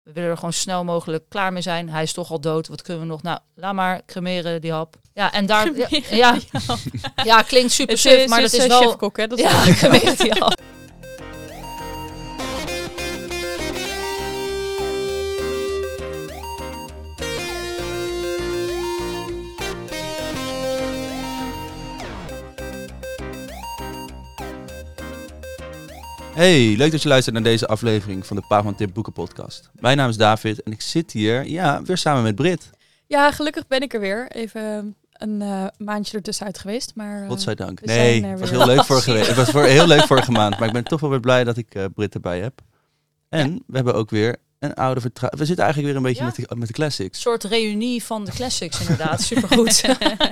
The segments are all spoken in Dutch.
we willen er gewoon snel mogelijk klaar mee zijn. Hij is toch al dood. Wat kunnen we nog? Nou, laat maar cremeren die hap. Ja, en daar... Ja, klinkt super suf, maar dat is wel... Chefkok, hè? Dat is cremeren die hap. Hey, leuk dat je luistert naar deze aflevering van de Pa van Tim Boeken podcast. Mijn naam is David en ik zit hier, weer samen met Brit. Ja, gelukkig ben ik er weer. Even een maandje ertussenuit geweest, maar... Godzijdank. Nee, het was heel leuk heel leuk vorige maand, maar ik ben toch wel weer blij dat ik Brit erbij heb. En we hebben ook weer een oude vertrouwen. We zitten eigenlijk weer een beetje met de classics. Een soort reunie van de classics inderdaad. Supergoed.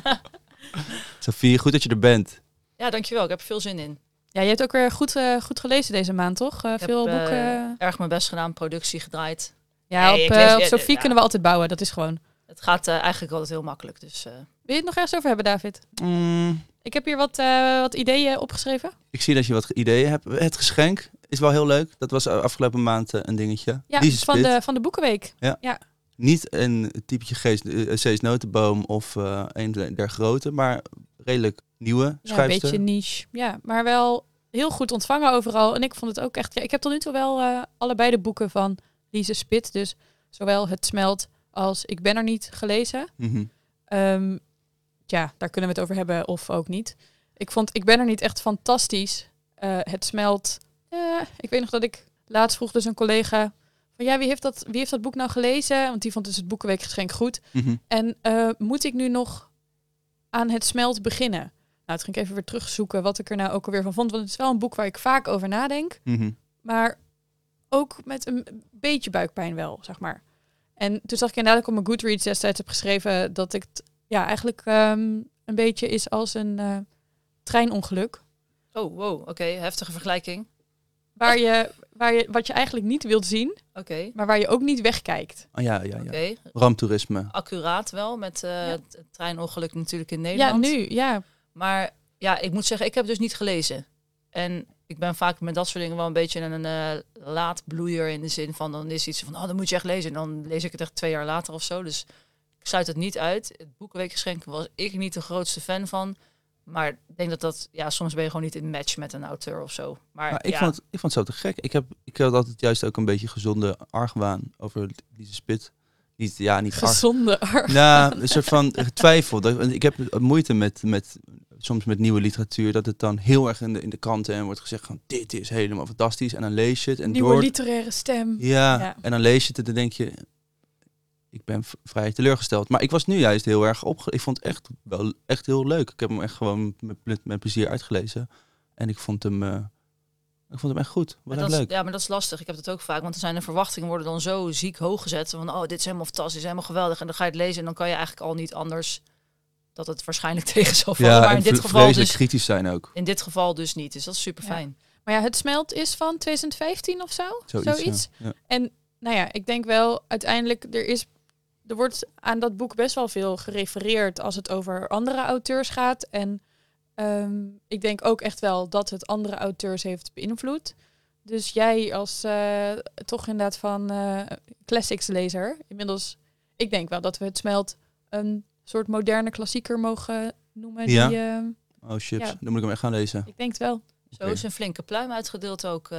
Sophie, goed dat je er bent. Ja, dankjewel. Ik heb er veel zin in. Ja, je hebt ook weer goed gelezen deze maand, toch? Veel boeken. Erg mijn best gedaan, productie gedraaid. Ja, op Sophie kunnen we altijd bouwen, dat is gewoon. Het gaat eigenlijk altijd heel makkelijk. Dus, Wil je het nog ergens over hebben, David? Ik heb hier wat ideeën opgeschreven. Ik zie dat je wat ideeën hebt. Het geschenk is wel heel leuk. Dat was afgelopen maand een dingetje. Ja, van de Boekenweek. Ja. Niet een typetje Cees Notenboom of een der grote, maar redelijk nieuwe schrijfster. Een beetje niche. Ja, maar wel heel goed ontvangen overal. En ik vond het ook echt... Ja, ik heb tot nu toe wel allebei de boeken van Lise Spit. Dus zowel Het Smelt als Ik ben er niet gelezen. Mm-hmm. Daar kunnen we het over hebben of ook niet. Ik vond Ik ben er niet echt fantastisch. Het Smelt... ik weet nog dat ik laatst vroeg dus een collega... van wie heeft dat boek nou gelezen? Want die vond dus het Boekenweekgeschenk goed. Mm-hmm. En moet ik nu nog aan Het Smelt beginnen? Nou, toen ging ik even weer terugzoeken wat ik er nou ook alweer van vond. Want het is wel een boek waar ik vaak over nadenk. Mm-hmm. Maar ook met een beetje buikpijn wel, zeg maar. En toen zag ik inderdaad, dat ik op mijn Goodreads destijds heb geschreven... dat ik het eigenlijk een beetje is als een treinongeluk. Oh, wow. Oké. Heftige vergelijking. Wat je eigenlijk niet wilt zien, maar waar je ook niet wegkijkt. Oh, ja. Okay. Ramptoerisme. Accuraat wel, met het treinongeluk natuurlijk in Nederland. Ja, nu, ja. Maar ja, ik moet zeggen, ik heb het dus niet gelezen. En ik ben vaak met dat soort dingen wel een beetje een laatbloeier in de zin van... dan is iets van, dan moet je echt lezen. En dan lees ik het echt 2 jaar later of zo. Dus ik sluit het niet uit. Het Boekenweekgeschenk was ik niet de grootste fan van... Maar ik denk dat soms ben je gewoon niet in match met een auteur of zo. Maar ik vond het zo te gek. Ik had altijd juist ook een beetje gezonde argwaan over Lise Spit. Niet gezonde argwaan. Nou, een soort van twijfel. Ik heb moeite met soms met nieuwe literatuur, dat het dan heel erg in de kranten en wordt gezegd van dit is helemaal fantastisch. En dan lees je het. En nieuwe literaire stem. Ja, en dan lees je het en dan denk je... Ik ben vrij teleurgesteld. Maar ik was nu juist heel erg ik vond het echt heel leuk. Ik heb hem echt gewoon met plezier uitgelezen. En ik vond hem echt goed. Leuk. Ja, maar dat is lastig. Ik heb dat ook vaak. Want er zijn de verwachtingen worden dan zo ziek hoog gezet. Van, dit is helemaal fantastisch, helemaal geweldig. En dan ga je het lezen en dan kan je eigenlijk al niet anders... dat het waarschijnlijk tegen zal vallen. Ja, maar in dit geval dus kritisch zijn ook. In dit geval dus niet. Dus dat is super fijn. Ja. Maar ja, Het Smelt is van 2015 of zo. Zoiets. Ja. En nou ja, ik denk wel uiteindelijk... Er wordt aan dat boek best wel veel gerefereerd als het over andere auteurs gaat. En ik denk ook echt wel dat het andere auteurs heeft beïnvloed. Dus jij als toch inderdaad van classics lezer, inmiddels, ik denk wel dat we Het Smelt een soort moderne klassieker mogen noemen. Ja? Die, chips, dan moet ik hem echt gaan lezen. Ik denk het wel. Zo is een flinke pluim uitgedeeld ook...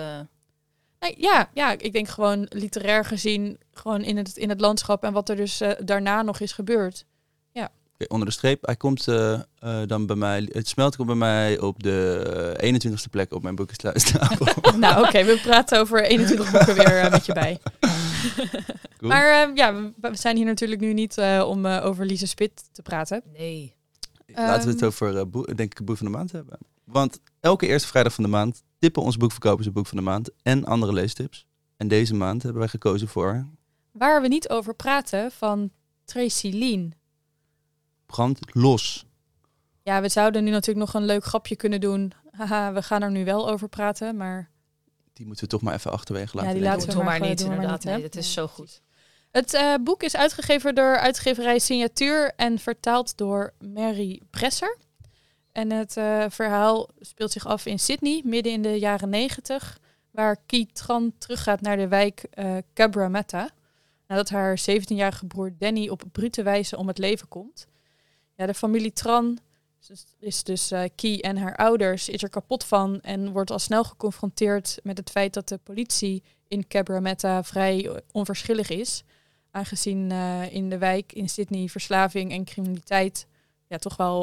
Ja, ik denk gewoon literair gezien, gewoon in het landschap en wat er dus daarna nog is gebeurd. Ja. Onder de streep, hij komt dan bij mij, Het Smelt komt bij mij op de 21ste plek op mijn boekensluitstapel. Nou oké, we praten over 21 boeken weer met je bij. Cool. Maar we zijn hier natuurlijk nu niet om over Lise Spit te praten. Nee. Laten we het over, denk ik, het boek van de maand hebben. Want elke eerste vrijdag van de maand tippen onze boekverkopers het boek van de maand en andere leestips. En deze maand hebben wij gekozen voor... Waar we niet over praten, van Tracy Lien. Brand los. Ja, we zouden nu natuurlijk nog een leuk grapje kunnen doen. Haha, we gaan er nu wel over praten, maar... Die moeten we toch maar even achterwege laten. Ja, die laten we maar niet, inderdaad. Nee, dat is zo goed. Het boek is uitgegeven door uitgeverij Signatuur en vertaald door Mary Bresser. En het verhaal speelt zich af in Sydney, midden in de jaren 90, waar Ki Tran teruggaat naar de wijk Cabramatta. nadat haar 17-jarige broer Danny op brute wijze om het leven komt. Ja, de familie Tran is dus Key en haar ouders is er kapot van en wordt al snel geconfronteerd met het feit dat de politie in Cabramatta vrij onverschillig is. Aangezien in de wijk in Sydney verslaving en criminaliteit toch wel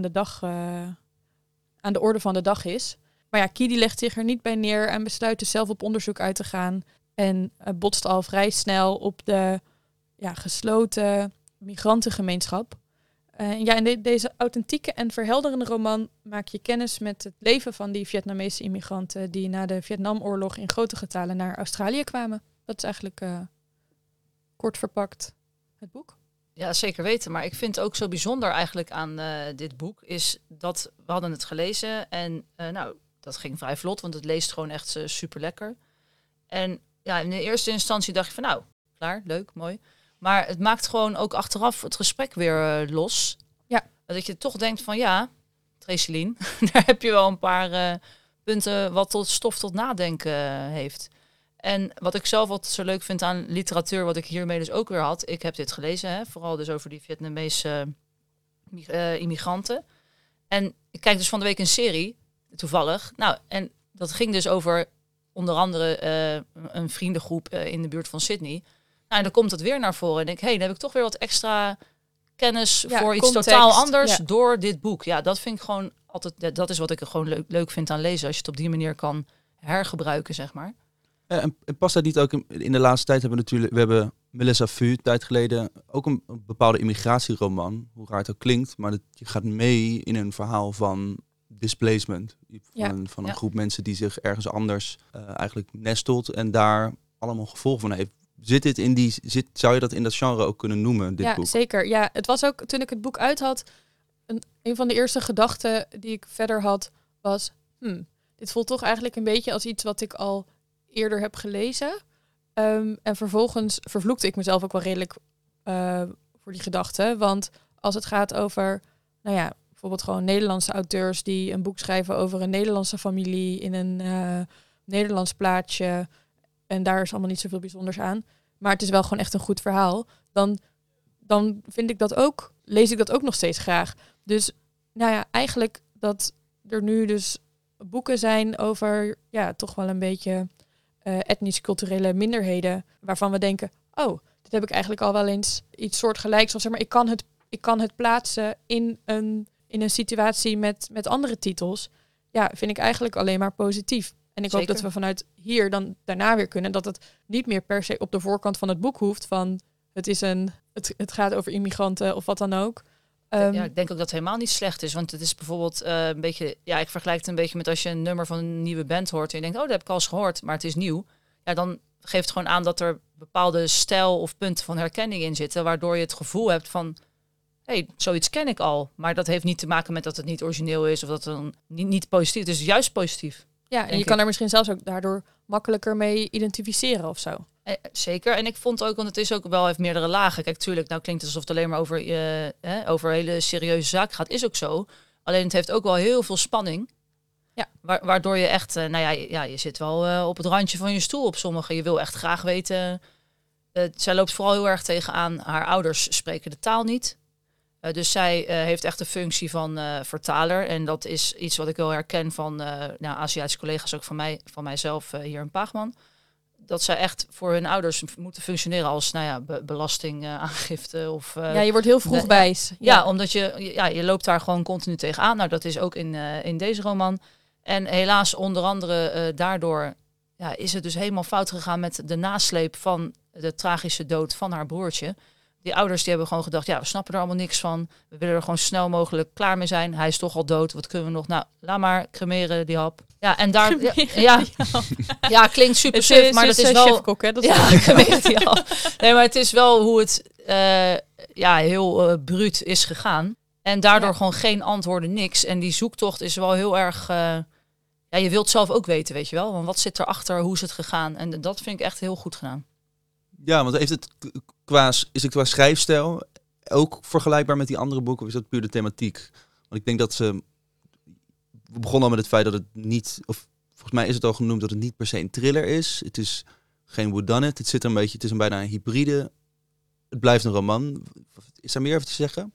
aan de orde van de dag is. Maar ja, Key die legt zich er niet bij neer en besluit dus zelf op onderzoek uit te gaan. En botst al vrij snel op de gesloten migrantengemeenschap. In deze authentieke en verhelderende roman maak je kennis met het leven van die Vietnamese immigranten die na de Vietnamoorlog in grote getalen naar Australië kwamen. Dat is eigenlijk kort verpakt het boek. Ja, zeker weten. Maar ik vind ook zo bijzonder eigenlijk aan dit boek is dat we hadden het gelezen en dat ging vrij vlot, want het leest gewoon echt super lekker. En ja, in de eerste instantie dacht je van klaar, leuk, mooi. Maar het maakt gewoon ook achteraf het gesprek weer los. Ja. Dat je toch denkt van Tracelien, daar heb je wel een paar punten wat tot stof tot nadenken heeft. En wat ik zelf altijd zo leuk vind aan literatuur, wat ik hiermee dus ook weer had. Ik heb dit gelezen, vooral dus over die Vietnamese immigranten. En ik kijk dus van de week een serie, toevallig. En dat ging dus over onder andere een vriendengroep in de buurt van Sydney. En dan komt het weer naar voren. En denk ik, dan heb ik toch weer wat extra kennis voor iets context, totaal anders door dit boek. Ja, dat vind ik gewoon altijd, dat is wat ik er gewoon leuk vind aan lezen. Als je het op die manier kan hergebruiken, zeg maar. En past dat niet ook in de laatste tijd we hebben Melissa Fu, een tijd geleden, ook een bepaalde imigratieroman, hoe raar het ook klinkt, maar je gaat mee in een verhaal van displacement. Van een groep mensen die zich ergens anders eigenlijk nestelt en daar allemaal gevolgen van heeft. Zou je dat in dat genre ook kunnen noemen, dit boek? Ja, zeker. Ja, het was ook, toen ik het boek uit had, een van de eerste gedachten die ik verder had, was, dit voelt toch eigenlijk een beetje als iets wat ik al eerder heb gelezen. En vervolgens vervloekte ik mezelf ook wel redelijk voor die gedachte. Want als het gaat over, bijvoorbeeld gewoon Nederlandse auteurs die een boek schrijven over een Nederlandse familie in een Nederlands plaatsje. En daar is allemaal niet zoveel bijzonders aan. Maar het is wel gewoon echt een goed verhaal. Dan vind ik dat ook, lees ik dat ook nog steeds graag. Dus eigenlijk dat er nu dus boeken zijn over toch wel een beetje etnisch-culturele minderheden, waarvan we denken, dit heb ik eigenlijk al wel eens iets soortgelijks. Of zeg maar, ik kan het plaatsen in een situatie met andere titels. Ja, vind ik eigenlijk alleen maar positief. En ik hoop dat we vanuit hier dan daarna weer kunnen, dat het niet meer per se op de voorkant van het boek hoeft van het gaat over immigranten of wat dan ook. Ik denk ook dat het helemaal niet slecht is. Want het is bijvoorbeeld een beetje, ik vergelijk het een beetje met als je een nummer van een nieuwe band hoort en je denkt, dat heb ik al eens gehoord, maar het is nieuw. Ja, dan geeft het gewoon aan dat er bepaalde stijl of punten van herkenning in zitten, waardoor je het gevoel hebt van, zoiets ken ik al. Maar dat heeft niet te maken met dat het niet origineel is of dat het niet positief is. Het is juist positief. Ja, en je kan er misschien zelfs ook daardoor makkelijker mee identificeren of zo. Zeker. En ik vond ook, want het is ook wel heeft meerdere lagen. Kijk, tuurlijk, klinkt het alsof het alleen maar over hele serieuze zaken gaat. Is ook zo. Alleen het heeft ook wel heel veel spanning. Ja. Waardoor je echt, je zit wel op het randje van je stoel op sommige. Je wil echt graag weten. Zij loopt vooral heel erg tegenaan. Haar ouders spreken de taal niet. Dus zij heeft echt de functie van vertaler. En dat is iets wat ik wel herken van Aziatische collega's, ook van mijzelf hier in Paagman. Dat zij echt voor hun ouders moeten functioneren als belastingaangifte. Of, je wordt heel vroeg wijs. Ja, omdat je loopt daar gewoon continu tegenaan. Nou, dat is ook in deze roman. En helaas onder andere daardoor is het dus helemaal fout gegaan met de nasleep van de tragische dood van haar broertje. Die ouders die hebben gewoon gedacht, we snappen er allemaal niks van. We willen er gewoon snel mogelijk klaar mee zijn. Hij is toch al dood. Wat kunnen we nog? Nou, laat maar cremeren die hap. Ja, en daar... klinkt super suf, maar dat is wel... Chefkok, hè? Dat is cremeren die hap. Nee, maar het is wel hoe het heel bruut is gegaan. En daardoor gewoon geen antwoorden, niks. En die zoektocht is wel heel erg... je wilt zelf ook weten, weet je wel. Want wat zit erachter? Hoe is het gegaan? En dat vind ik echt heel goed gedaan. Ja, want is het qua schrijfstijl ook vergelijkbaar met die andere boeken? Of is dat puur de thematiek? Want ik denk dat we begonnen al met het feit dat het niet, of volgens mij is het al genoemd dat het niet per se een thriller is. Het is geen whodunit. Het zit er een beetje, het is bijna een hybride. Het blijft een roman. Is daar meer over te zeggen?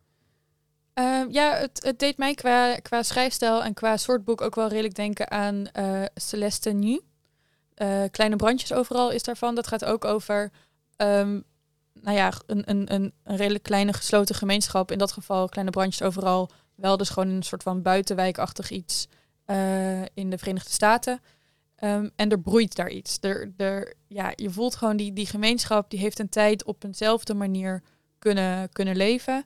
Het deed mij qua schrijfstijl en qua soort boek ook wel redelijk denken aan Celeste Nu. Kleine brandjes overal is daarvan. Dat gaat ook over een redelijk kleine gesloten gemeenschap. In dat geval Kleine brandjes overal. Wel dus gewoon een soort van buitenwijkachtig iets in de Verenigde Staten. En er broeit daar iets. Je voelt gewoon die gemeenschap, die heeft een tijd op eenzelfde manier kunnen leven.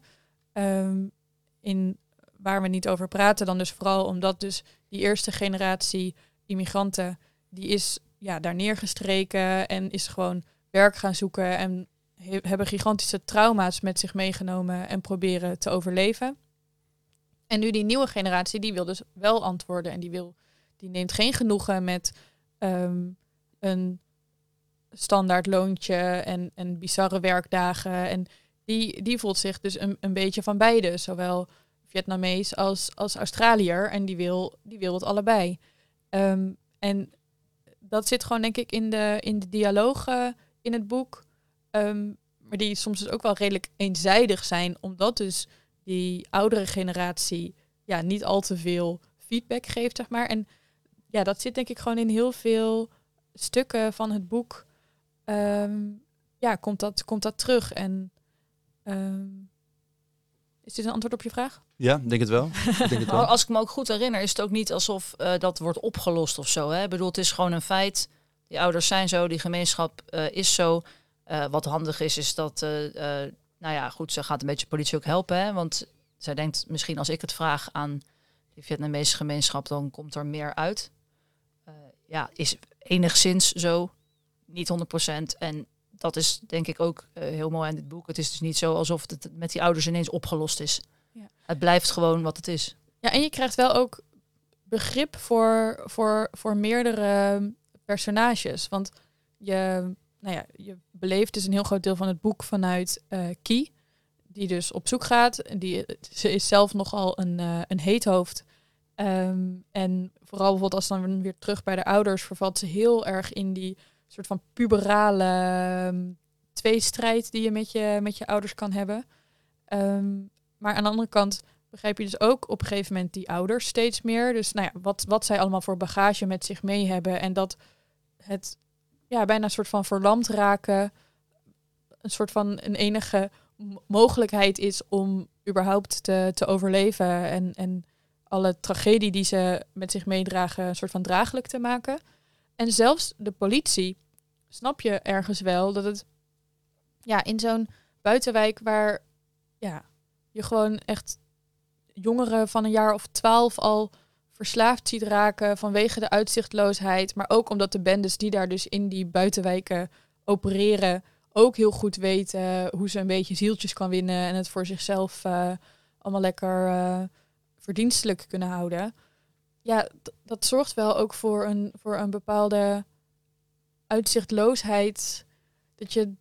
Waar we niet over praten, dan dus vooral omdat dus die eerste generatie immigranten, die is daar neergestreken en is gewoon werk gaan zoeken en hebben gigantische trauma's met zich meegenomen en proberen te overleven. En nu die nieuwe generatie, die wil dus wel antwoorden en die neemt geen genoegen met een standaard loontje en bizarre werkdagen. En die voelt zich dus een beetje van beide, zowel Vietnamees als Australiër. En die wil het allebei. En dat zit gewoon denk ik in de dialogen in het boek. Maar die soms dus ook wel redelijk eenzijdig zijn, omdat dus die oudere generatie niet al te veel feedback geeft, zeg maar. En dat zit denk ik gewoon in heel veel stukken van het boek. Komt dat terug. En is dit een antwoord op je vraag? Ja, denk het wel. Als ik me ook goed herinner, is het ook niet alsof dat wordt opgelost of zo. Hè? Ik bedoel, het is gewoon een feit. Die ouders zijn zo, die gemeenschap is zo. Wat handig is dat ze gaat een beetje politie ook helpen. Hè? Want zij denkt, misschien als ik het vraag aan die Vietnamese gemeenschap, dan komt er meer uit. Is enigszins zo. Niet 100%. En dat is denk ik ook heel mooi aan dit boek. Het is dus niet zo alsof het met die ouders ineens opgelost is. Ja. Het blijft gewoon wat het is. Ja, en je krijgt wel ook begrip voor meerdere personages. Want je beleeft dus een heel groot deel van het boek vanuit Ky, die dus op zoek gaat. Ze is zelf nogal een heethoofd. En vooral bijvoorbeeld als dan weer terug bij de ouders, vervalt ze heel erg in die soort van puberale tweestrijd die je met je ouders kan hebben. Maar aan de andere kant begrijp je dus ook op een gegeven moment die ouders steeds meer. Dus wat zij allemaal voor bagage met zich mee hebben. En dat het bijna een soort van verlamd raken een soort van een enige mogelijkheid is om überhaupt te overleven. En alle tragedie die ze met zich meedragen een soort van draaglijk te maken. En zelfs de politie, snap je ergens wel dat het in zo'n buitenwijk waar je gewoon echt jongeren van een jaar of 12 al verslaafd ziet raken vanwege de uitzichtloosheid. Maar ook omdat de bendes die daar dus in die buitenwijken opereren ook heel goed weten hoe ze een beetje zieltjes kan winnen en het voor zichzelf allemaal lekker verdienstelijk kunnen houden. Ja, dat zorgt wel ook voor een bepaalde uitzichtloosheid. Dat je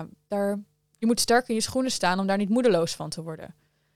je moet sterk in je schoenen staan om daar niet moedeloos van te worden.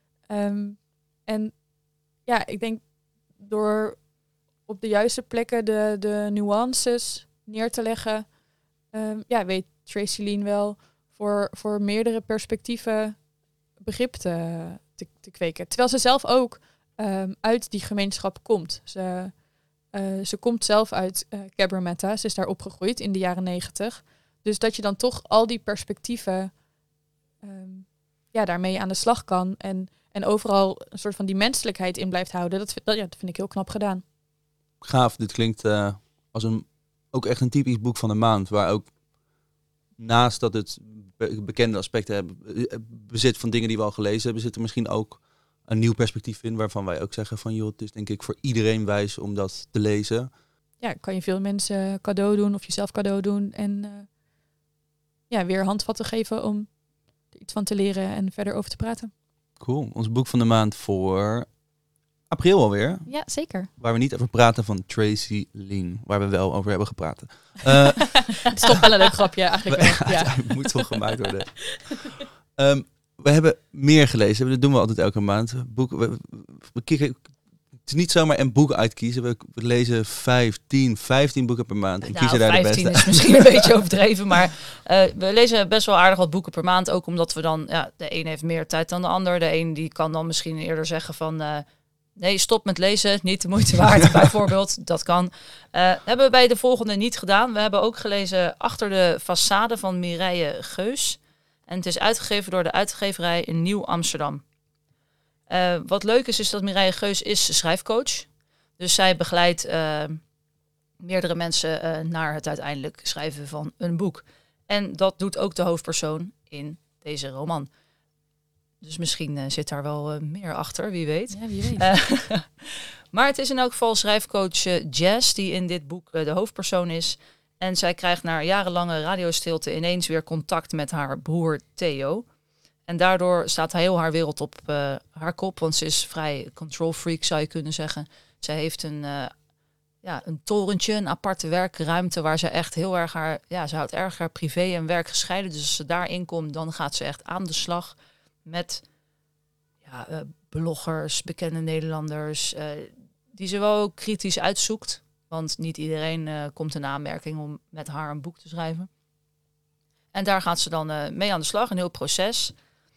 Ik denk door op de juiste plekken de nuances neer te leggen, weet Tracy Lien wel voor meerdere perspectieven begrip te kweken. Terwijl ze zelf ook uit die gemeenschap komt. Ze komt zelf uit Cabramatta. Ze is daar opgegroeid in de jaren 90. Dus dat je dan toch al die perspectieven daarmee aan de slag kan. En overal een soort van die menselijkheid in blijft houden. Dat vind ik heel knap gedaan. Gaaf. Dit klinkt als ook echt een typisch boek van de maand. Waar ook naast dat het bekende aspecten bezit van dingen die we al gelezen hebben, zit er misschien ook een nieuw perspectief in, waarvan wij ook zeggen van het is denk ik voor iedereen wijs om dat te lezen. Ja, kan je veel mensen cadeau doen of jezelf cadeau doen en weer handvatten geven om er iets van te leren en verder over te praten. Cool. Ons boek van de maand voor april alweer. Ja, zeker. Waar we niet over praten van Tracy Lien, waar we wel over hebben gepraat. Het is toch wel een leuk grapje eigenlijk. Het moet toch gemaakt worden. We hebben meer gelezen. Dat doen we altijd elke maand. We is niet zomaar een boek uitkiezen. We lezen 5, 10, 15 boeken per maand en kiezen daar de 15 beste. is misschien een beetje overdreven, maar we lezen best wel aardig wat boeken per maand. Ook omdat we dan, de een heeft meer tijd dan de ander. De een die kan dan misschien eerder zeggen van, nee, stop met lezen, niet de moeite waard, bijvoorbeeld. Dat kan. Hebben we bij de volgende niet gedaan. We hebben ook gelezen Achter de Façade van Mireille Geus. En het is uitgegeven door de uitgeverij in Nieuw Amsterdam. Wat leuk is dat Mireille Geus is schrijfcoach. Dus zij begeleidt meerdere mensen naar het uiteindelijk schrijven van een boek. En dat doet ook de hoofdpersoon in deze roman. Dus misschien zit daar wel meer achter, wie weet. Ja, wie weet. Maar het is in elk geval schrijfcoach Jazz die in dit boek de hoofdpersoon is. En zij krijgt na jarenlange radiostilte ineens weer contact met haar broer Theo. En daardoor staat heel haar wereld op haar kop, want ze is vrij control freak, zou je kunnen zeggen. Zij heeft een torentje, een aparte werkruimte waar ze echt heel erg ze houdt erg haar privé en werk gescheiden. Dus als ze daarin komt, dan gaat ze echt aan de slag met bloggers, bekende Nederlanders, die ze wel kritisch uitzoekt. Want niet iedereen komt in aanmerking om met haar een boek te schrijven. En daar gaat ze dan mee aan de slag, een heel proces.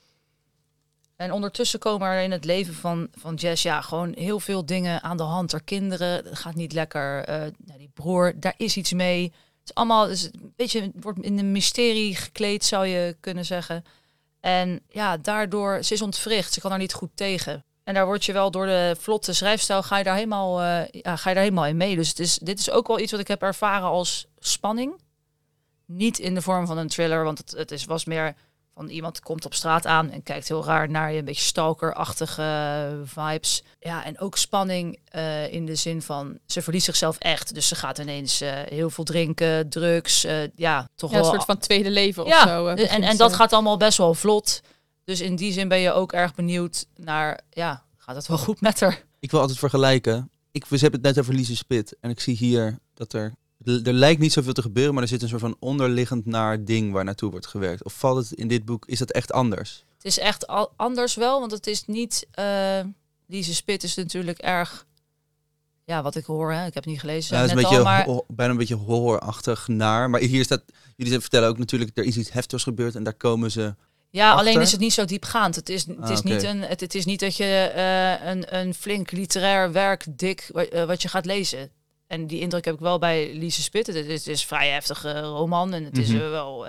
En ondertussen komen er in het leven van Jess gewoon heel veel dingen aan de hand. Haar kinderen, het gaat niet lekker. Die broer, daar is iets mee. Het is allemaal een beetje, wordt in een mysterie gekleed, zou je kunnen zeggen. En daardoor, ze is ontwricht. Ze kan er niet goed tegen. En daar word je wel door de vlotte schrijfstijl, ga je daar helemaal in mee. Dus dit is ook wel iets wat ik heb ervaren als spanning. Niet in de vorm van een thriller, want het was meer van iemand komt op straat aan en kijkt heel raar naar je, een beetje stalker-achtige vibes. Ja, en ook spanning in de zin van, ze verliest zichzelf echt. Dus ze gaat ineens heel veel drinken, drugs, toch wel... een soort van tweede leven of zo. En dat gaat allemaal best wel vlot. Dus in die zin ben je ook erg benieuwd naar, gaat het wel goed met haar? Ik wil altijd vergelijken. We hebben het net over Lise Spit. En ik zie hier dat er lijkt niet zoveel te gebeuren, maar er zit een soort van onderliggend naar ding waar naartoe wordt gewerkt. Of valt het in dit boek, is dat echt anders? Het is echt anders wel, want het is niet... Lise Spit is natuurlijk erg... Ja, wat ik hoor, ik heb het niet gelezen. Ja, het is een beetje bijna een beetje horrorachtig naar. Maar hier staat, jullie vertellen ook natuurlijk, er is iets heftigs gebeurd en daar komen ze... Ja, achter. Alleen is het niet zo diepgaand. Het is niet dat je een flink literair werk dik wat je gaat lezen. En die indruk heb ik wel bij Lise Spit. Het is vrij heftige roman en het is wel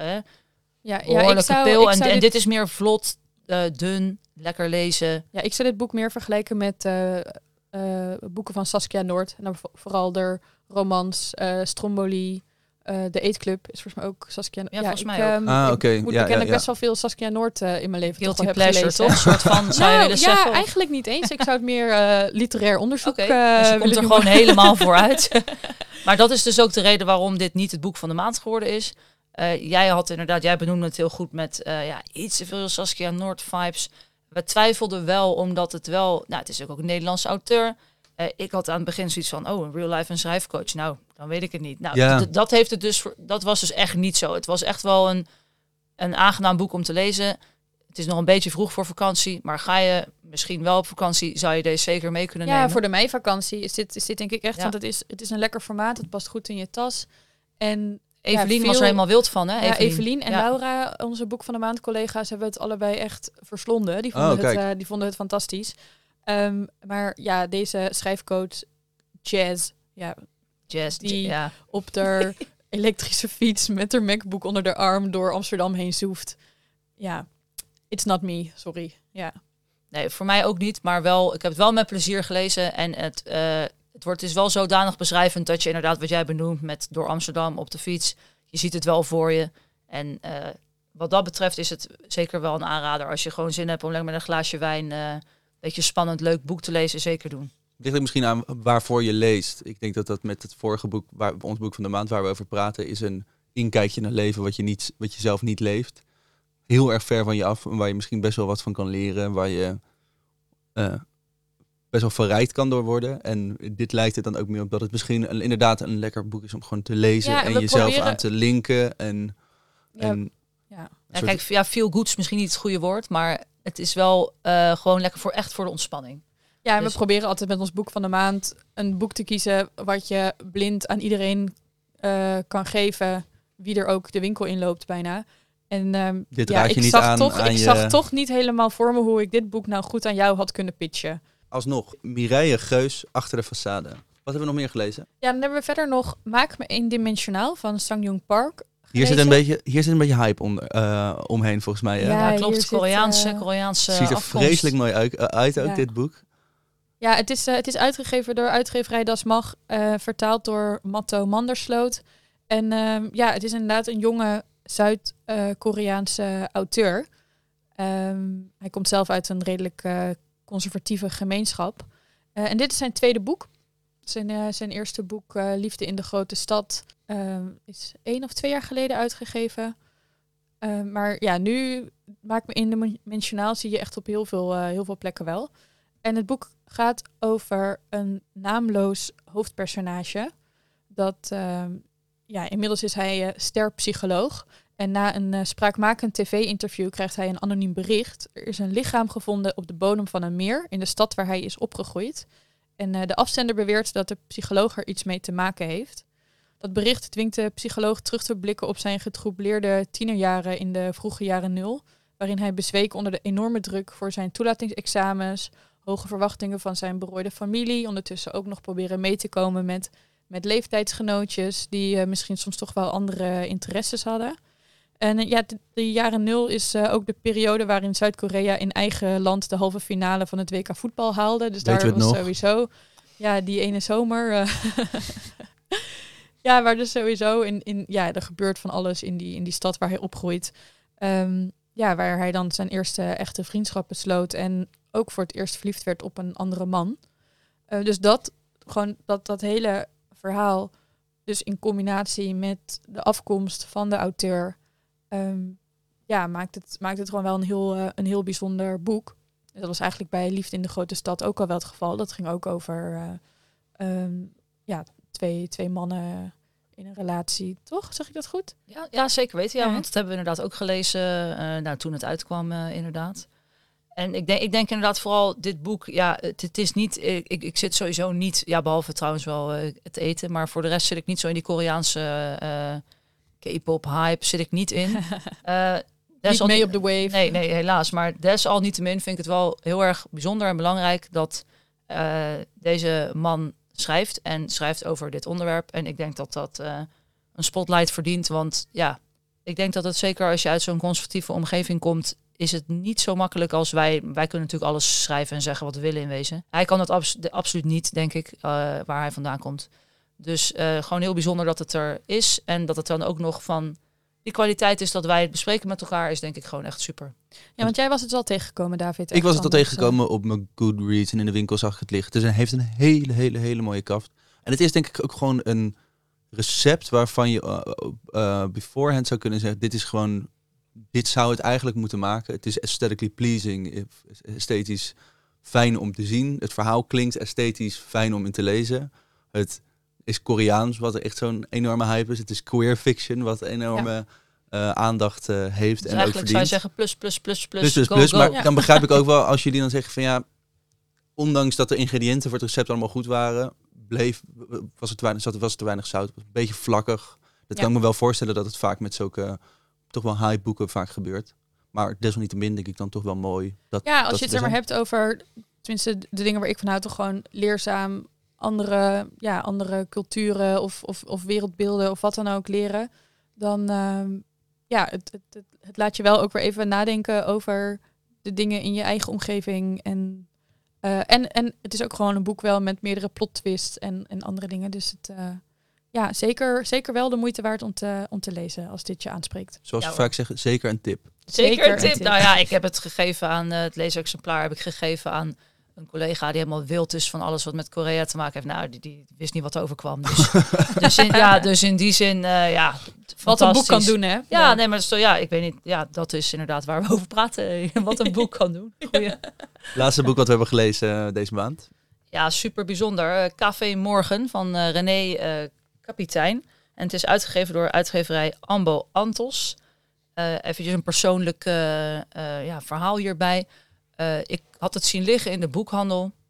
en dit is meer vlot, dun, lekker lezen. Ja, ik zou dit boek meer vergelijken met boeken van Saskia Noord. En dan vooral de romans Stromboli. De Eetclub is volgens mij ook Saskia. Volgens mij ook. Oké. Ik moet bekennen, ik best wel veel Saskia Noord in mijn leven Guilty heb pleasure, gelezen. toch? Soort van, zou je willen zeggen? Ja, eigenlijk niet eens. Ik zou het meer literair onderzoek dus je komt er gewoon helemaal vooruit. Maar dat is dus ook de reden waarom dit niet het boek van de maand geworden is. Jij benoemde het heel goed met iets te veel Saskia Noord vibes. We twijfelden wel, omdat het wel... Nou, het is ook een Nederlandse auteur. Ik had aan het begin zoiets van, een real life en schrijfcoach. Nou, dan weet ik het niet. Nou, dat was dus echt niet zo. Het was echt wel een aangenaam boek om te lezen. Het is nog een beetje vroeg voor vakantie, maar ga je misschien wel op vakantie, zou je deze zeker mee kunnen nemen. Ja, voor de meivakantie is dit denk ik echt, want het is een lekker formaat. Het past goed in je tas. En Evelien was er helemaal wild van, hè? Evelien en Laura, onze boek van de maand collega's, hebben het allebei echt verslonden. Die vonden het fantastisch. Maar deze schrijfcoach Jazz, die op de elektrische fiets met haar MacBook onder de arm door Amsterdam heen zoeft. Ja, it's not me, sorry. Ja. Nee, voor mij ook niet, maar wel. Ik heb het wel met plezier gelezen en het wordt dus wel zodanig beschrijvend dat je inderdaad wat jij benoemt met door Amsterdam op de fiets. Je ziet het wel voor je. En wat dat betreft is het zeker wel een aanrader als je gewoon zin hebt om lekker met een glaasje wijn beetje spannend, leuk boek te lezen, zeker doen. Ligt er misschien aan waarvoor je leest. Ik denk dat met het vorige boek, ons boek van de maand waar we over praten, is een inkijkje naar leven wat je zelf niet leeft. Heel erg ver van je af en waar je misschien best wel wat van kan leren, waar je best wel verrijkt kan door worden. En dit lijkt het dan ook meer op dat het misschien inderdaad een lekker boek is om gewoon te lezen en jezelf aan te linken. Kijk, feel good is misschien niet het goede woord, maar het is wel gewoon lekker voor de ontspanning. Ja, en Dus- we proberen altijd met ons boek van de maand een boek te kiezen wat je blind aan iedereen kan geven, wie er ook de winkel inloopt bijna. En Dit raad je niet aan ik je... zag toch niet helemaal voor me hoe ik dit boek nou goed aan jou had kunnen pitchen. Alsnog, Mireille Geus, Achter de façade. Wat hebben we nog meer gelezen? Ja, dan hebben we verder nog Maak me eendimensionaal van Sang-Young Park. Hier zit gelezen. een beetje hype omheen volgens mij. Hè? Ja, Ja, klopt. hier zit, Koreaanse Ziet er afkomst. vreselijk mooi uit ook, Ja. dit boek. Ja, het is uitgegeven door uitgeverij Das Mag, vertaald door Matto Mandersloot. En het is inderdaad een jonge Zuid-Koreaanse auteur. Hij komt zelf uit een redelijk conservatieve gemeenschap. En dit is zijn tweede boek. Zijn eerste boek, Liefde in de Grote Stad, is 1 of 2 jaar geleden uitgegeven. Maar ja, nu Maak me eendimensionaal zie je echt op heel veel plekken wel. En het boek gaat over een naamloos hoofdpersonage. Dat, inmiddels is hij sterpsycholoog. En na een spraakmakend tv-interview krijgt hij een anoniem bericht. Er is een lichaam gevonden op de bodem van een meer in de stad waar hij is opgegroeid. En de afzender beweert dat de psycholoog er iets mee te maken heeft. Dat bericht dwingt de psycholoog terug te blikken op zijn getroubleerde tienerjaren in de vroege jaren 0. Waarin hij bezweek onder de enorme druk voor zijn toelatingsexamens, hoge verwachtingen van zijn berooide familie, ondertussen ook nog proberen mee te komen met leeftijdsgenootjes die misschien soms toch wel andere interesses hadden. En de jaren 0 is ook de periode waarin Zuid-Korea in eigen land de halve finale van het WK voetbal haalde. Dus daar was sowieso, die ene zomer. Ja, waar dus sowieso er gebeurt van alles in die stad waar hij opgroeit. Waar hij dan zijn eerste echte vriendschap besloot en ook voor het eerst verliefd werd op een andere man. Dus dat hele verhaal, dus in combinatie met de afkomst van de auteur, maakt het gewoon wel een heel bijzonder boek. Dat was eigenlijk bij Liefde in de Grote Stad ook al wel het geval. Dat ging ook over twee mannen in een relatie, toch? Zeg ik dat goed? Ja, zeker weten. Ja, Ja. want dat hebben we inderdaad ook gelezen toen het uitkwam, inderdaad. En ik denk inderdaad vooral dit boek, het is niet, ik zit sowieso niet, behalve trouwens wel het eten, maar voor de rest zit ik niet zo in die Koreaanse K-pop hype, zit ik niet in. Niet mee op de wave. Nee, helaas. Maar desalniettemin vind ik het wel heel erg bijzonder en belangrijk dat deze man schrijft over dit onderwerp. En ik denk dat dat een spotlight verdient. Want ik denk dat het zeker als je uit zo'n conservatieve omgeving komt, is het niet zo makkelijk als wij. Wij kunnen natuurlijk alles schrijven en zeggen wat we willen in wezen. Hij kan dat absoluut niet, denk ik, waar hij vandaan komt. Dus gewoon heel bijzonder dat het er is. En dat het dan ook nog van die kwaliteit is dat wij het bespreken met elkaar, is denk ik gewoon echt super. Ja, want jij was het al tegengekomen, David. Ik was het al tegengekomen op mijn Goodreads en in de winkel zag ik het liggen. Dus hij heeft een hele mooie kaft. En het is denk ik ook gewoon een recept waarvan je beforehand zou kunnen zeggen, dit zou het eigenlijk moeten maken. Het is aesthetically pleasing, esthetisch fijn om te zien. Het verhaal klinkt esthetisch fijn om in te lezen. Het is Koreaans, wat er echt zo'n enorme hype is. Het is queer fiction, wat enorme aandacht heeft. Dus en ook eigenlijk zou je verdient. zeggen plus. Go. Maar dan begrijp ik ook wel als jullie dan zeggen van ondanks dat de ingrediënten voor het recept allemaal goed waren, was het te weinig zout. Een beetje vlakkig. Dat kan ik me wel voorstellen dat het vaak met zulke toch wel hype boeken vaak gebeurt. Maar desalniettemin denk ik dan toch wel mooi. Als je het er maar hebt over, tenminste de dingen waar ik van hou, toch gewoon leerzaam andere culturen of wereldbeelden of wat dan ook leren. Dan het laat je wel ook weer even nadenken over de dingen in je eigen omgeving. En het is ook gewoon een boek wel met meerdere plot twists en andere dingen. Dus het zeker wel de moeite waard om te lezen als dit je aanspreekt. Zoals we vaak zeggen, zeker een tip. Zeker een tip. Nou ja, ik heb het gegeven aan het leesexemplaar, heb ik gegeven aan een collega die helemaal wild is van alles wat met Korea te maken heeft. Nou, die wist niet wat er overkwam. Dus in die zin, wat een boek kan doen, hè? Ja, nee, maar ik weet niet. Ja, dat is inderdaad waar we over praten. Wat een boek kan doen. Goeie. Laatste boek wat we hebben gelezen deze maand. Ja, super bijzonder. Café Morgen van René Kapitein. En het is uitgegeven door uitgeverij Ambo Antos. Eventjes een persoonlijk verhaal hierbij. Ik had het zien liggen in de boekhandel.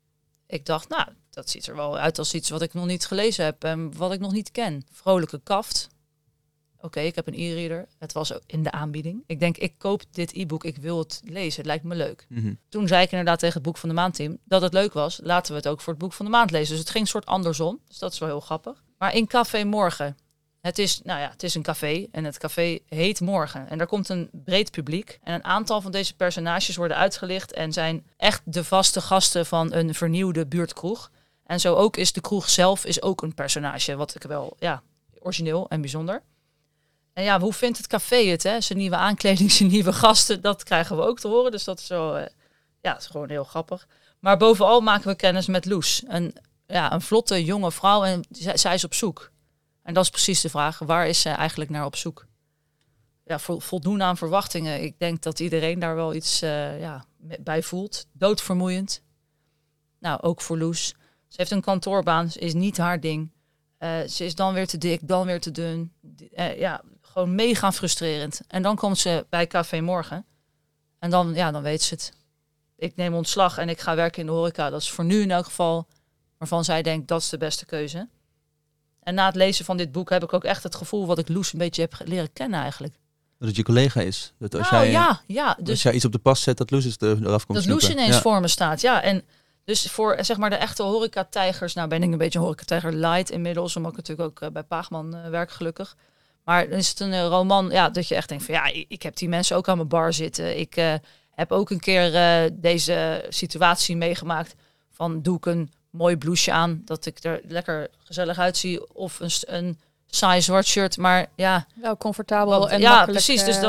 ik dacht, nou, dat ziet er wel uit als iets wat ik nog niet gelezen heb en wat ik nog niet ken. Vrolijke kaft. Oké, ik heb een e-reader. Het was ook in de aanbieding. Ik denk, ik koop dit e-book, ik wil het lezen. Het lijkt me leuk. Toen zei ik inderdaad tegen het Boek van de Maand team dat het leuk was. Laten we het ook voor het Boek van de Maand lezen. Dus het ging een soort andersom. Dus dat is wel heel grappig. Maar in Café Morgen. Het is een café en het café heet Morgen. En daar komt een breed publiek. En een aantal van deze personages worden uitgelicht en zijn echt de vaste gasten van een vernieuwde buurtkroeg. En zo ook is de kroeg zelf is ook een personage. Wat ik wel, origineel en bijzonder. En ja, hoe vindt het café het? Hè? Zijn nieuwe aankleding, zijn nieuwe gasten, dat krijgen we ook te horen. Dus dat is wel, is gewoon heel grappig. Maar bovenal maken we kennis met Loes. Een vlotte jonge vrouw en zij is op zoek. En dat is precies de vraag, waar is ze eigenlijk naar op zoek? Ja, voldoen aan verwachtingen. Ik denk dat iedereen daar wel iets bij voelt. Doodvermoeiend. Nou, ook voor Loes. Ze heeft een kantoorbaan, is niet haar ding. Ze is dan weer te dik, dan weer te dun. Gewoon mega frustrerend. En dan komt ze bij Café Morgen. En dan weet ze het. Ik neem ontslag en ik ga werken in de horeca. Dat is voor nu in elk geval waarvan zij denkt, dat is de beste keuze. En na het lezen van dit boek heb ik ook echt het gevoel wat ik Loes een beetje heb leren kennen eigenlijk. Dat het je collega is. Dat als dus als jij iets op de pas zet, dat Loes eraf komt. Dat Loes ineens voor me staat, ja. En dus voor zeg maar de echte horeca-tijgers, nou ben ik een beetje een horeca-tijger light inmiddels, omdat ik natuurlijk ook bij Paagman werk gelukkig. Maar dan is het een roman, dat je echt denkt van ik heb die mensen ook aan mijn bar zitten. Ik heb ook een keer deze situatie meegemaakt van doe ik een mooi blouseje aan, dat ik er lekker gezellig uitzie, of een saai zwart shirt, maar wel comfortabel en ja, makkelijk. Precies.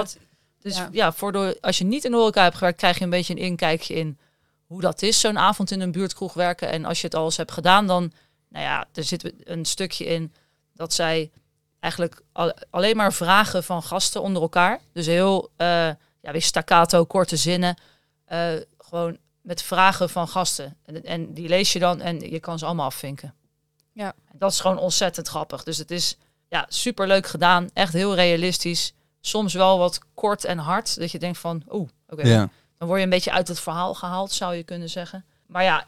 Als je niet in de horeca hebt gewerkt, krijg je een beetje een inkijkje in hoe dat is, zo'n avond in een buurtkroeg werken. En als je het al eens hebt gedaan, dan, er zit een stukje in dat zij eigenlijk alleen maar vragen van gasten onder elkaar. Dus heel, weer staccato, korte zinnen, gewoon met vragen van gasten. En die lees je dan en je kan ze allemaal afvinken. Ja. Dat is gewoon ontzettend grappig. Dus het is super leuk gedaan. Echt heel realistisch. Soms wel wat kort en hard. Dat je denkt van, oké. Ja. Dan word je een beetje uit het verhaal gehaald, zou je kunnen zeggen. Maar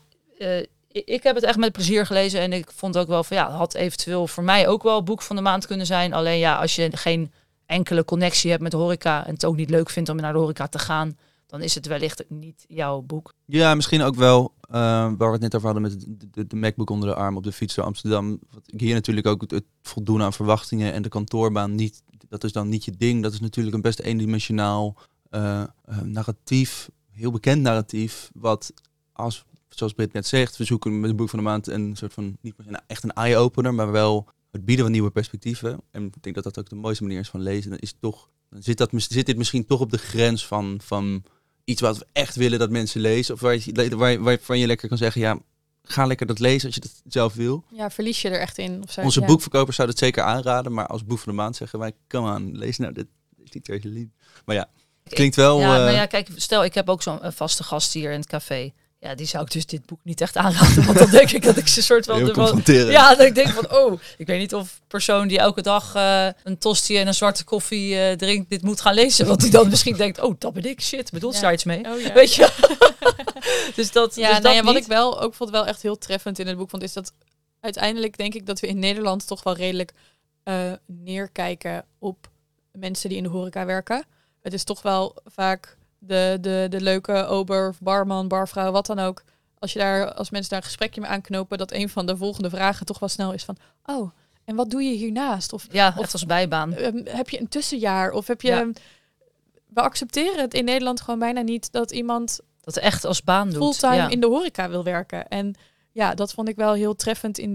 ik heb het echt met plezier gelezen. En ik vond ook wel van, had eventueel voor mij ook wel Boek van de Maand kunnen zijn. Alleen als je geen enkele connectie hebt met de horeca en het ook niet leuk vindt om naar de horeca te gaan, dan is het wellicht niet jouw boek. Ja, misschien ook wel, waar we het net over hadden met de MacBook onder de arm op de fiets door Amsterdam. Wat ik hier natuurlijk ook het voldoen aan verwachtingen en de kantoorbaan niet, dat is dan niet je ding. Dat is natuurlijk een best eendimensionaal narratief, heel bekend narratief, wat zoals Britt net zegt, we zoeken met het Boek van de Maand een soort van, niet echt een eye-opener, maar wel het bieden van nieuwe perspectieven. En ik denk dat dat ook de mooiste manier is van lezen. Dan zit dit misschien toch op de grens van iets wat we echt willen dat mensen lezen. Of waarvan je lekker kan zeggen, ga lekker dat lezen als je dat zelf wil. Ja, verlies je er echt in. Of zo. Onze boekverkopers zouden het zeker aanraden, maar als Boek van de Maand zeggen wij, come on, lees nou dit literatuur lief. Maar klinkt wel. Kijk, stel ik heb ook zo'n vaste gast hier in het café. Ja, die zou ik dus dit boek niet echt aanraden, want dan denk ik dat ik ze soort van confronteren. Ja, dat ik denk van ik weet niet of persoon die elke dag een tosti en een zwarte koffie drinkt dit moet gaan lezen, want die dan misschien denkt, dat ben ik, shit, bedoelt ze daar iets mee? Weet je? Dus dat. Wat ik wel ook vond wel echt heel treffend in het boek vond, is dat uiteindelijk denk ik dat we in Nederland toch wel redelijk neerkijken op mensen die in de horeca werken. Het is toch wel vaak de leuke ober, barman, barvrouw, wat dan ook. Als mensen daar een gesprekje mee aanknopen, dat een van de volgende vragen toch wel snel is van, en wat doe je hiernaast? Of echt als bijbaan. Heb je een tussenjaar? Of heb je... We accepteren het in Nederland gewoon bijna niet dat iemand dat echt als baan doet. Fulltime in de horeca wil werken. En dat vond ik wel heel treffend in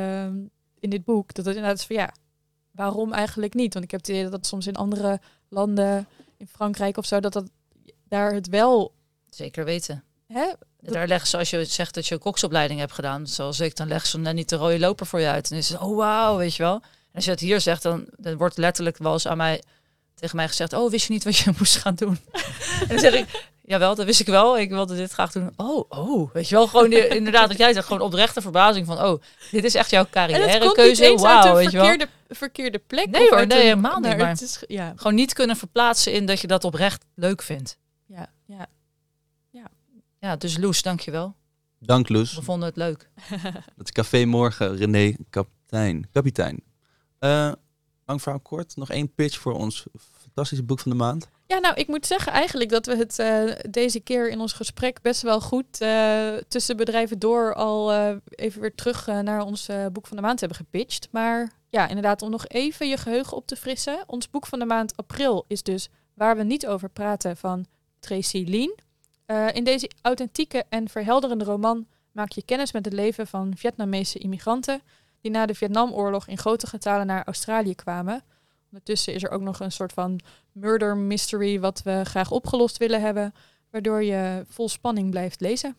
dit boek. Dat het inderdaad is van waarom eigenlijk niet? Want ik heb het idee dat soms in andere landen, in Frankrijk of zo, dat daar het wel... Zeker weten. Hè? Daar leggen ze, als je zegt dat je een koksopleiding hebt gedaan, zoals ik, dan leggen ze net niet de rode loper voor je uit. En dan is het, wauw, weet je wel. En als je het hier zegt, dan wordt letterlijk wel eens tegen mij gezegd, wist je niet wat je moest gaan doen? En dan zeg ik, jawel, dat wist ik wel. Ik wilde dit graag doen. Weet je wel, gewoon inderdaad, wat jij zegt, gewoon oprechte verbazing van, dit is echt jouw carrièrekeuze. Wauw, weet je wel. Verkeerde plek. Nee hoor, helemaal niet. Maar het is, gewoon niet kunnen verplaatsen in dat je dat oprecht leuk vindt. Ja, dus Loes, dankjewel. Dank, Loes. We vonden het leuk. Dat is Café Morgen, René Kapitein. Lang verhaal kort, nog 1 pitch voor ons fantastische boek van de maand. Ja, nou, ik moet zeggen eigenlijk dat we het deze keer in ons gesprek best wel goed tussen bedrijven door al even weer terug naar ons boek van de maand hebben gepitcht. Maar ja, inderdaad, om nog even je geheugen op te frissen. Ons boek van de maand april is dus Waar we niet over praten van Tracy Lien. In deze authentieke en verhelderende roman maak je kennis met het leven van Vietnamese immigranten die na de Vietnamoorlog in grote getalen naar Australië kwamen. Ondertussen is er ook nog een soort van murder mystery wat we graag opgelost willen hebben, waardoor je vol spanning blijft lezen.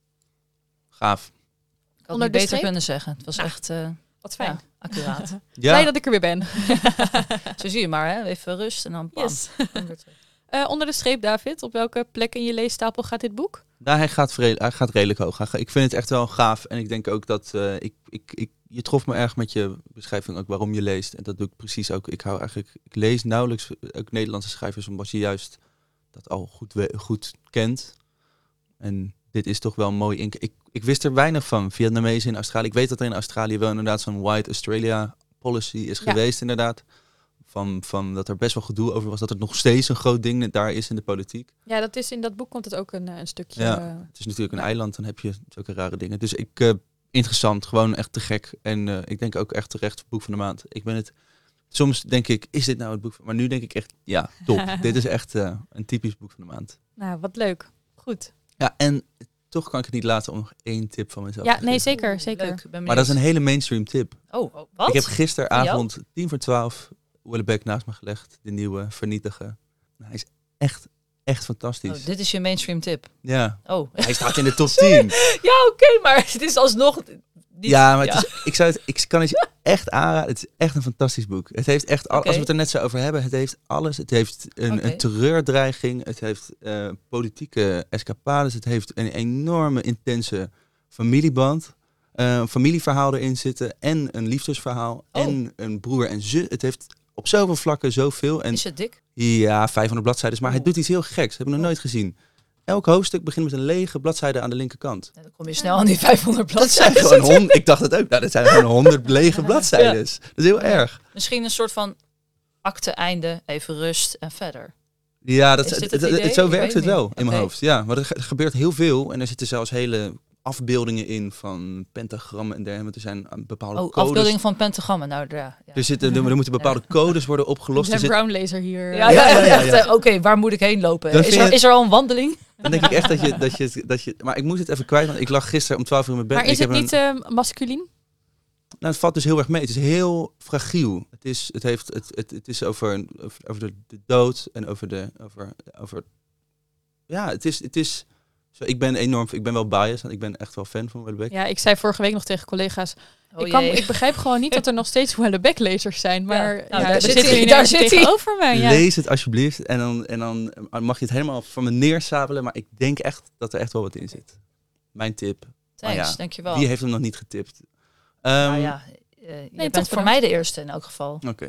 Gaaf. Ik had het niet beter kunnen zeggen. Het was echt Wat fijn. accuraat. Ja, Blij dat ik er weer ben. Zo zie je maar, hè? Even rust en dan bam. Yes. Onder de streep, David, op welke plek in je leestapel gaat dit boek? nou, hij gaat redelijk hoog. Ik vind het echt wel gaaf. En ik denk ook dat je trof me erg met je beschrijving ook waarom je leest. En dat doe ik precies ook. Ik lees nauwelijks ook Nederlandse schrijvers, omdat je juist dat al goed kent. En dit is toch wel mooi. Ik wist er weinig van, Vietnamezen in Australië. Ik weet dat er in Australië wel inderdaad zo'n White Australia policy is geweest, inderdaad. Van dat er best wel gedoe over was, dat er nog steeds een groot ding daar is in de politiek. Ja, dat is in dat boek komt het ook een stukje. Ja, het is natuurlijk een eiland, dan heb je zulke rare dingen. Dus interessant, gewoon echt te gek. En ik denk ook echt terecht boek van de maand. Soms denk ik, is dit nou het boek van... Maar nu denk ik echt, ja, top. Dit is echt een typisch boek van de maand. Nou, wat leuk. Goed. Ja, en toch kan ik het niet laten om nog 1 tip van mezelf Ja, te nee, geven. zeker. Leuk, ben Maar dat is een hele mainstream tip. Oh, wat? Ik heb gisteravond 11:45 Wellebeck naast me gelegd. De nieuwe Vernietigen. Hij is echt fantastisch. Oh, dit is je mainstream tip. Ja. Oh. Hij staat in de top 10. Ja, oké, maar het is alsnog... niet- Ja, maar ik kan het je echt aanraden. Het is echt een fantastisch boek. Het heeft echt, als we het er net zo over hebben, het heeft alles. Het heeft een terreurdreiging. Het heeft politieke escapades. Het heeft een enorme, intense familieband. Een familieverhaal erin zitten. En een liefdesverhaal. Oh. En een broer en zus. Het heeft op zoveel vlakken zoveel. En Is het dik? ja, 500 bladzijden. Maar hij doet iets heel geks. Heb ik nog nooit gezien. Elk hoofdstuk begint met een lege bladzijde aan de linkerkant. Ja, dan kom je snel aan die 500 Dat zijn bladzijden. gewoon ik dacht het ook. Nou, dat zijn gewoon 100 lege bladzijden. Dat is heel erg. Misschien een soort van akte einde, even rust en verder. Ja, Is dit het idee? zo Ik werkt weet het wel niet. in mijn Oké. hoofd. Ja, maar er gebeurt heel veel. En er zitten zelfs hele afbeeldingen in van pentagrammen en dergelijke. Er zijn bepaalde Oh, codes. afbeelding van pentagrammen. Nou, ja. Er moeten bepaalde codes worden opgelost. De Er zit- Brown laser hier. Ja. Oké, waar moet ik heen lopen? Dan vind je het- Is er al een wandeling? Dan denk ik echt dat je... Maar ik moest het even kwijt, want ik lag gisteren om 12 uur in mijn bed. Maar is Ik het heb niet masculien? Nou, het valt dus heel erg mee. Het is heel fragiel. Het is over de dood en over ja, het is zo, ik ben wel biased, want ik ben echt wel fan van Wellebeck. Ja, ik zei vorige week nog tegen collega's, Oh, ik begrijp gewoon niet dat er nog steeds Wellebeck-lezers zijn. Maar nou, daar daar zit zitten hij, jullie daar nou zit hij. tegenover mij. Ja. Lees het alsjeblieft en dan mag je het helemaal van me neersabelen, maar ik denk echt dat er echt wel wat in zit. Mijn tip. Thanks, Maar ja, dankjewel. Wie heeft hem nog niet getipt? Nou ja, je toch bent voor bedankt. mij de eerste in elk geval. Oké.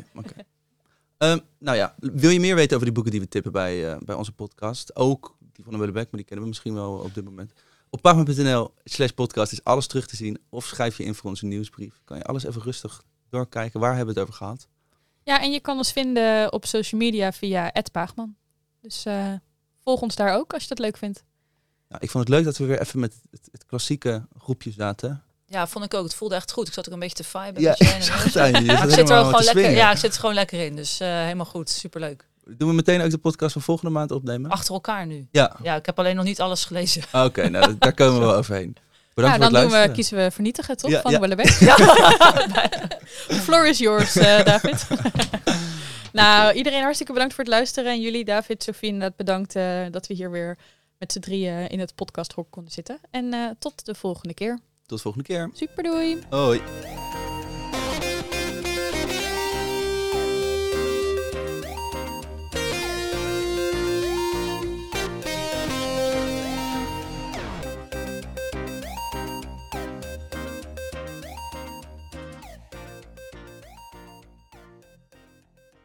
Nou ja, wil je meer weten over die boeken die we tippen bij onze podcast? Ook die van de Wellebeck, maar die kennen we misschien wel op dit moment. Op pagma.nl/podcast is alles terug te zien. Of schrijf je in voor onze nieuwsbrief. Kan je alles even rustig doorkijken. Waar hebben we het over gehad? Ja, en je kan ons vinden op social media via @Paagman. Dus volg ons daar ook als je dat leuk vindt. Nou, ik vond het leuk dat we weer even met het klassieke groepje zaten. Ja, vond ik ook. Het voelde echt goed. Ik zat ook een beetje te viben. Ja, met je heen en ik zag weer. het aan je. Je Maar zat ik zit er helemaal ook gewoon te lekker. swingen. Ja, ik zit er gewoon lekker in. Dus helemaal goed. Superleuk. Doen we meteen ook de podcast van volgende maand opnemen? Achter elkaar nu. Ja. Ja, ik heb alleen nog niet alles gelezen. Oké, nou, daar komen we wel overheen. Bedankt Nou, voor het dan luisteren. kiezen we Vernietigen, toch? Ja, Van ja. Wellebeck. The floor is yours, David. Nou, iedereen hartstikke bedankt voor het luisteren. En jullie, David, Sophie, inderdaad bedankt dat we hier weer met z'n drieën in het podcasthok konden zitten. En tot de volgende keer. Tot de volgende keer. Super, doei! Hoi.